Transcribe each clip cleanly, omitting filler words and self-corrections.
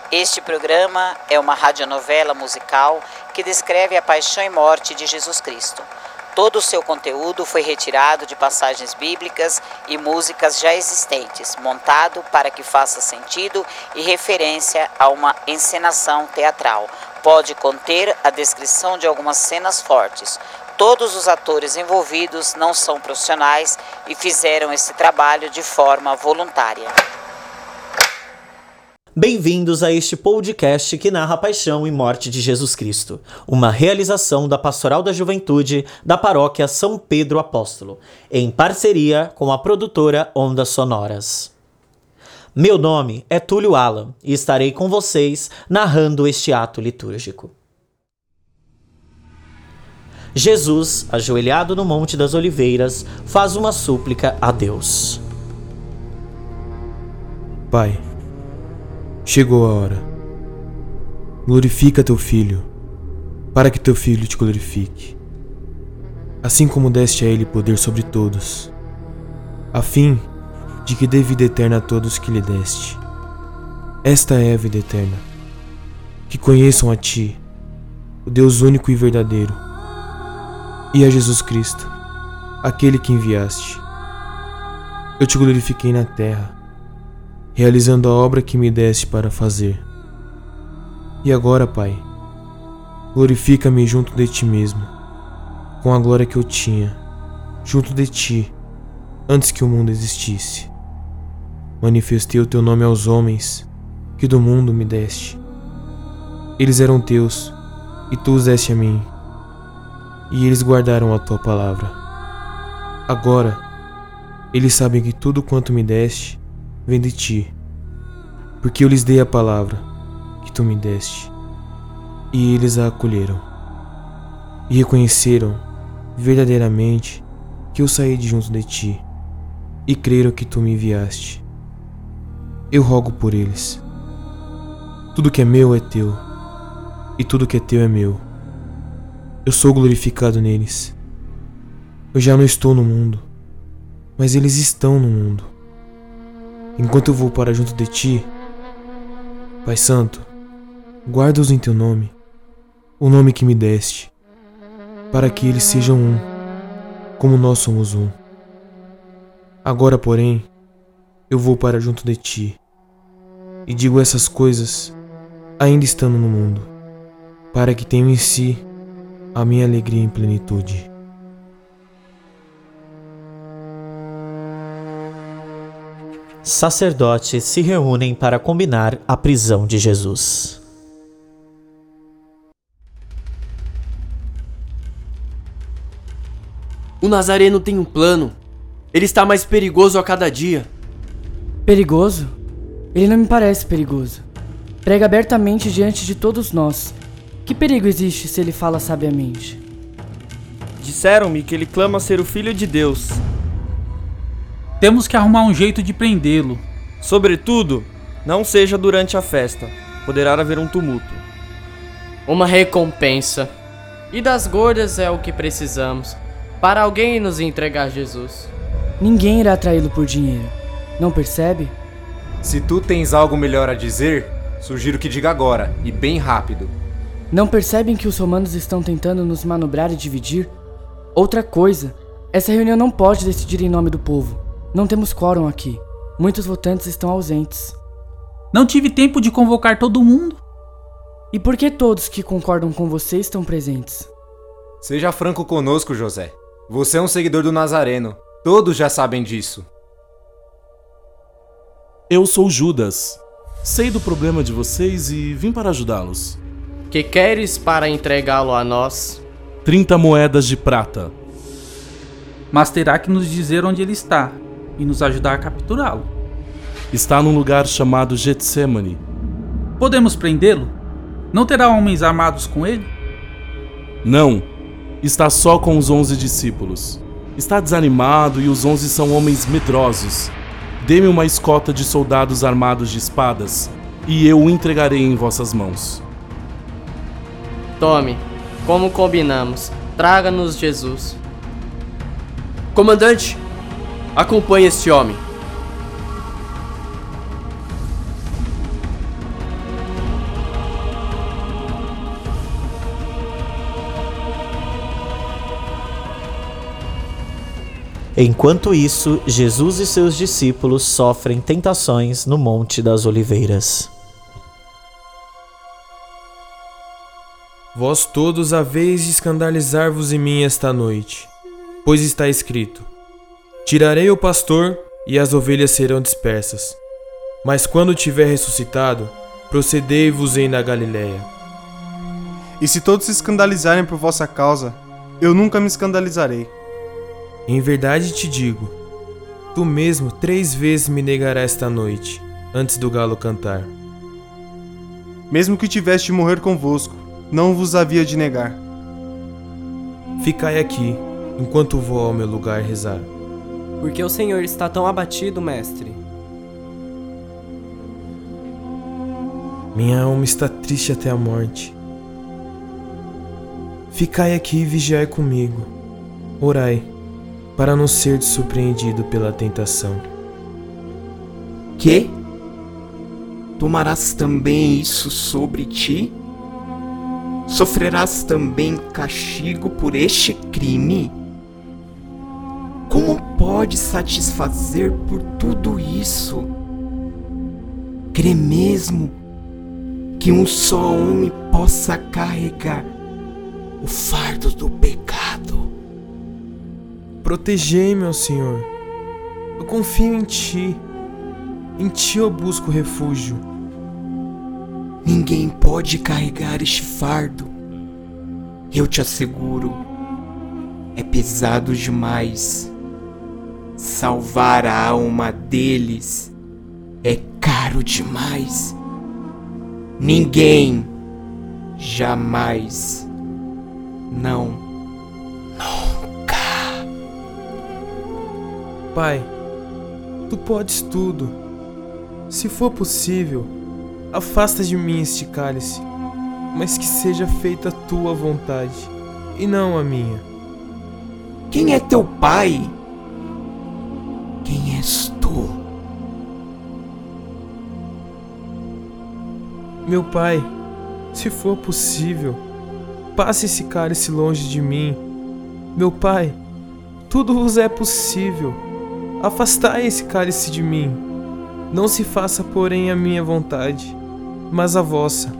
Este programa é uma radionovela musical que descreve a paixão e morte de Jesus Cristo. Todo o seu conteúdo foi retirado de passagens bíblicas e músicas já existentes, montado para que faça sentido e referência a uma encenação teatral. Pode conter a descrição de algumas cenas fortes. Todos os atores envolvidos não são profissionais e fizeram esse trabalho de forma voluntária. Bem-vindos a este podcast que narra a paixão e morte de Jesus Cristo, uma realização da Pastoral da Juventude da Paróquia São Pedro Apóstolo, em parceria com a produtora Ondas Sonoras. Meu nome é Túlio Alan e estarei com vocês narrando este ato litúrgico. Jesus, ajoelhado no Monte das Oliveiras, faz uma súplica a Deus. Pai, chegou a hora. Glorifica teu Filho, para que teu Filho te glorifique. Assim como deste a ele poder sobre todos, a fim de que dê vida eterna a todos que lhe deste. Esta é a vida eterna, que conheçam a ti, o Deus único e verdadeiro, e a Jesus Cristo, aquele que enviaste. Eu te glorifiquei na terra, realizando a obra que me deste para fazer. E agora, Pai, glorifica-me junto de ti mesmo, com a glória que eu tinha, junto de ti, antes que o mundo existisse. Manifestei o teu nome aos homens, que do mundo me deste. Eles eram teus, e tu os deste a mim, e eles guardaram a tua palavra. Agora, eles sabem que tudo quanto me deste vem de ti, porque eu lhes dei a palavra que tu me deste, e eles a acolheram, e reconheceram verdadeiramente que eu saí de junto de ti, e creram que tu me enviaste. Eu rogo por eles. Tudo que é meu é teu, e tudo que é teu é meu. Eu sou glorificado neles. Eu já não estou no mundo, mas eles estão no mundo. Enquanto eu vou para junto de ti, Pai Santo, guarda-os em teu nome, o nome que me deste, para que eles sejam um, como nós somos um. Agora, porém, eu vou para junto de ti, e digo essas coisas, ainda estando no mundo, para que tenham em si a minha alegria em plenitude. Sacerdotes se reúnem para combinar a prisão de Jesus. O Nazareno tem um plano. Ele está mais perigoso a cada dia. Perigoso? Ele não me parece perigoso. Prega abertamente diante de todos nós. Que perigo existe se ele fala sabiamente? Disseram-me que ele clama ser o Filho de Deus. Temos que arrumar um jeito de prendê-lo. Sobretudo, não seja durante a festa. Poderá haver um tumulto. Uma recompensa. E das gordas é o que precisamos, para alguém nos entregar Jesus. Ninguém irá traí-lo por dinheiro. Não percebe? Se tu tens algo melhor a dizer, sugiro que diga agora, e bem rápido. Não percebem que os romanos estão tentando nos manobrar e dividir? Outra coisa, essa reunião não pode decidir em nome do povo. Não temos quórum aqui. Muitos votantes estão ausentes. Não tive tempo de convocar todo mundo. E por que todos que concordam com você estão presentes? Seja franco conosco, José. Você é um seguidor do Nazareno. Todos já sabem disso. Eu sou Judas. Sei do problema de vocês e vim para ajudá-los. Que queres para entregá-lo a nós? 30 moedas de prata. Mas terá que nos dizer onde ele está e nos ajudar a capturá-lo. Está num lugar chamado Getsêmani. Podemos prendê-lo? Não terá homens armados com ele? Não. Está só com os 11 discípulos. Está desanimado e os 11 são homens medrosos. Dê-me uma escolta de soldados armados de espadas e eu o entregarei em vossas mãos. Tome, como combinamos, traga-nos Jesus. Comandante, acompanhe este homem. Enquanto isso, Jesus e seus discípulos sofrem tentações no Monte das Oliveiras. Vós todos haveis de escandalizar-vos em mim esta noite, pois está escrito: tirarei o pastor e as ovelhas serão dispersas. Mas quando tiver ressuscitado, procedei-vos-ei na Galiléia. E se todos se escandalizarem por vossa causa, eu nunca me escandalizarei. Em verdade te digo, tu mesmo 3 vezes me negarás esta noite, antes do galo cantar. Mesmo que tivesse de morrer convosco, não vos havia de negar. Ficai aqui, enquanto vou ao meu lugar rezar. Porque o Senhor está tão abatido, mestre? Minha alma está triste até a morte. Ficai aqui e vigiai comigo. Orai, para não ser surpreendido pela tentação. Que? Tomarás também isso sobre ti? Sofrerás também castigo por este crime? Como pode satisfazer por tudo isso? Crê mesmo que um só homem possa carregar o fardo do pecado? Protegei-me, ó Senhor. Eu confio em Ti. Em Ti eu busco refúgio. Ninguém pode carregar este fardo. Eu te asseguro, é pesado demais. Salvar a alma deles é caro demais. Ninguém, jamais, não, nunca. Pai, Tu podes tudo. Se for possível, afasta de mim este cálice, mas que seja feita a Tua vontade, e não a minha. Quem é teu pai? Quem és tu? Meu Pai, se for possível, passe esse cálice longe de mim. Meu Pai, tudo vos é possível. Afastai esse cálice de mim. Não se faça, porém, a minha vontade, mas a vossa.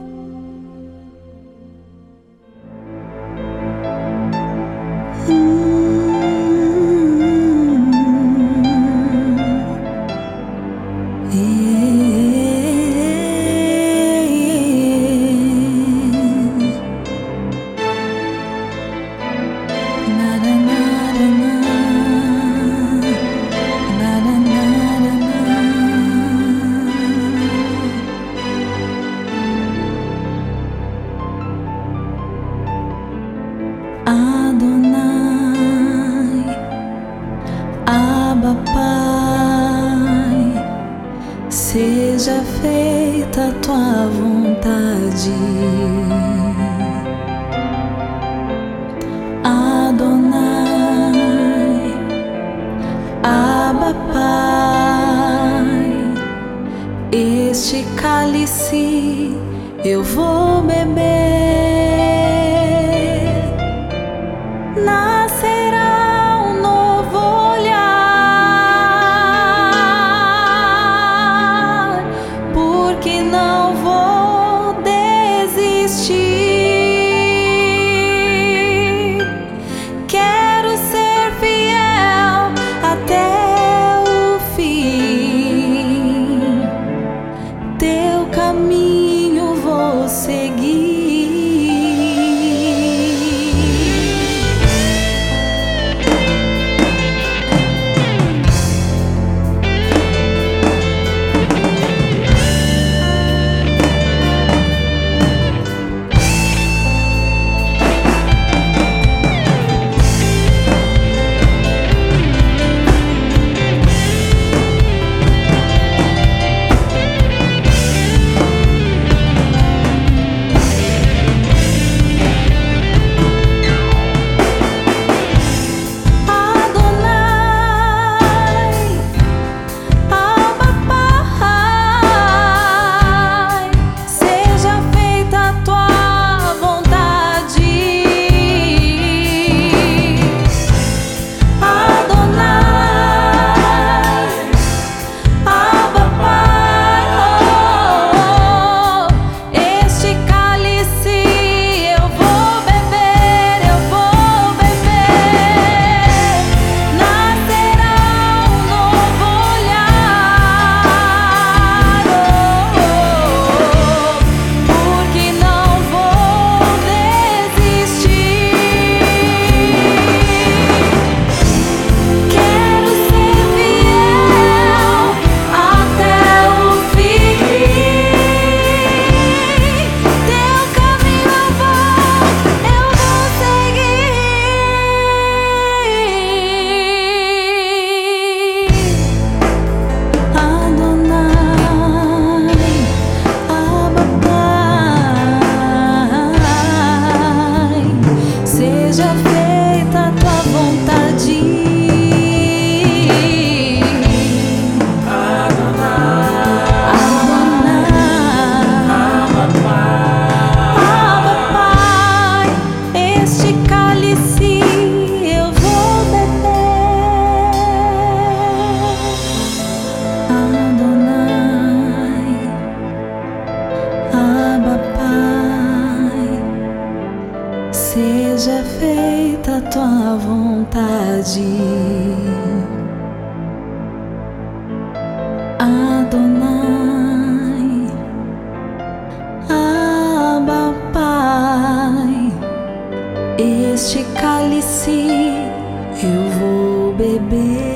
Adonai, Abba Pai, seja feita a tua vontade. Adonai, Abba Pai, este cálice eu vou beber. Nascerá um novo olhar, porque não vou desistir. Quero ser fiel até o fim. Teu caminho vou seguir. Adonai, Abba, Pai, este cálice eu vou beber.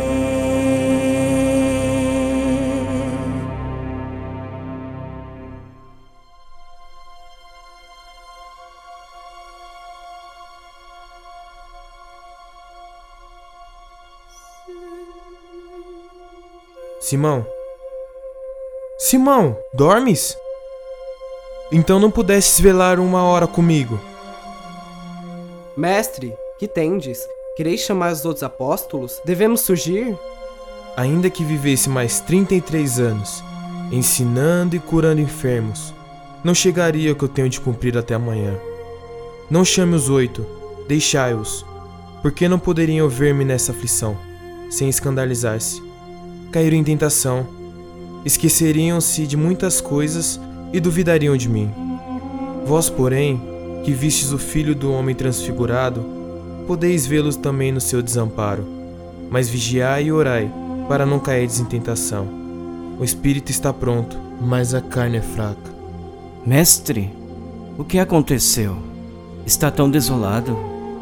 Simão? Simão, dormes? Então não pudesses velar 1 hora comigo. Mestre, que tendes? Quereis chamar os outros apóstolos? Devemos surgir? Ainda que vivesse mais 33 anos, ensinando e curando enfermos, não chegaria ao que eu tenho de cumprir até amanhã. Não chame os 8, deixai-os, porque não poderiam ver-me nessa aflição, sem escandalizar-se. Caíram em tentação, esqueceriam-se de muitas coisas e duvidariam de mim. Vós, porém, que vistes o Filho do Homem transfigurado, podeis vê-los também no seu desamparo. Mas vigiai e orai, para não cairdes em tentação. O espírito está pronto, mas a carne é fraca. Mestre, o que aconteceu? Está tão desolado.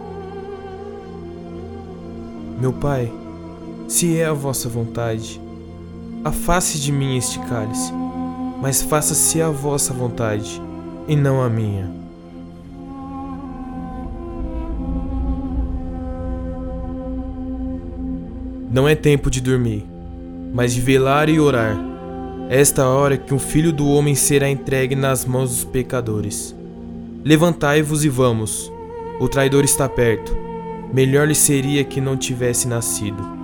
Meu Pai, se é a vossa vontade, afaste de mim este cálice, mas faça-se a vossa vontade, e não a minha. Não é tempo de dormir, mas de velar e orar. É esta hora que um filho do homem será entregue nas mãos dos pecadores. Levantai-vos e vamos. O traidor está perto. Melhor lhe seria que não tivesse nascido.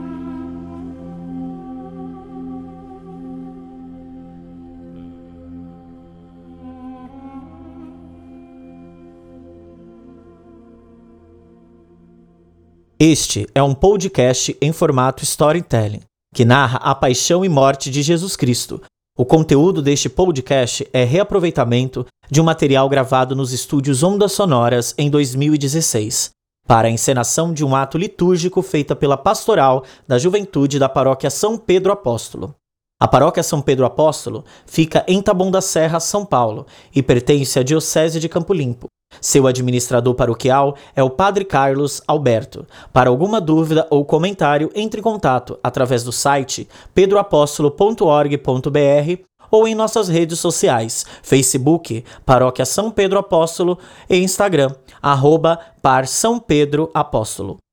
Este é um podcast em formato storytelling, que narra a paixão e morte de Jesus Cristo. O conteúdo deste podcast é reaproveitamento de um material gravado nos estúdios Ondas Sonoras em 2016, para a encenação de um ato litúrgico feita pela Pastoral da Juventude da Paróquia São Pedro Apóstolo. A Paróquia São Pedro Apóstolo fica em Taboão da Serra, São Paulo, e pertence à Diocese de Campo Limpo. Seu administrador paroquial é o Padre Carlos Alberto. Para alguma dúvida ou comentário, entre em contato através do site pedroapostolo.org.br ou em nossas redes sociais, Facebook, Paróquia São Pedro Apóstolo e Instagram, @par São Pedro Apóstolo.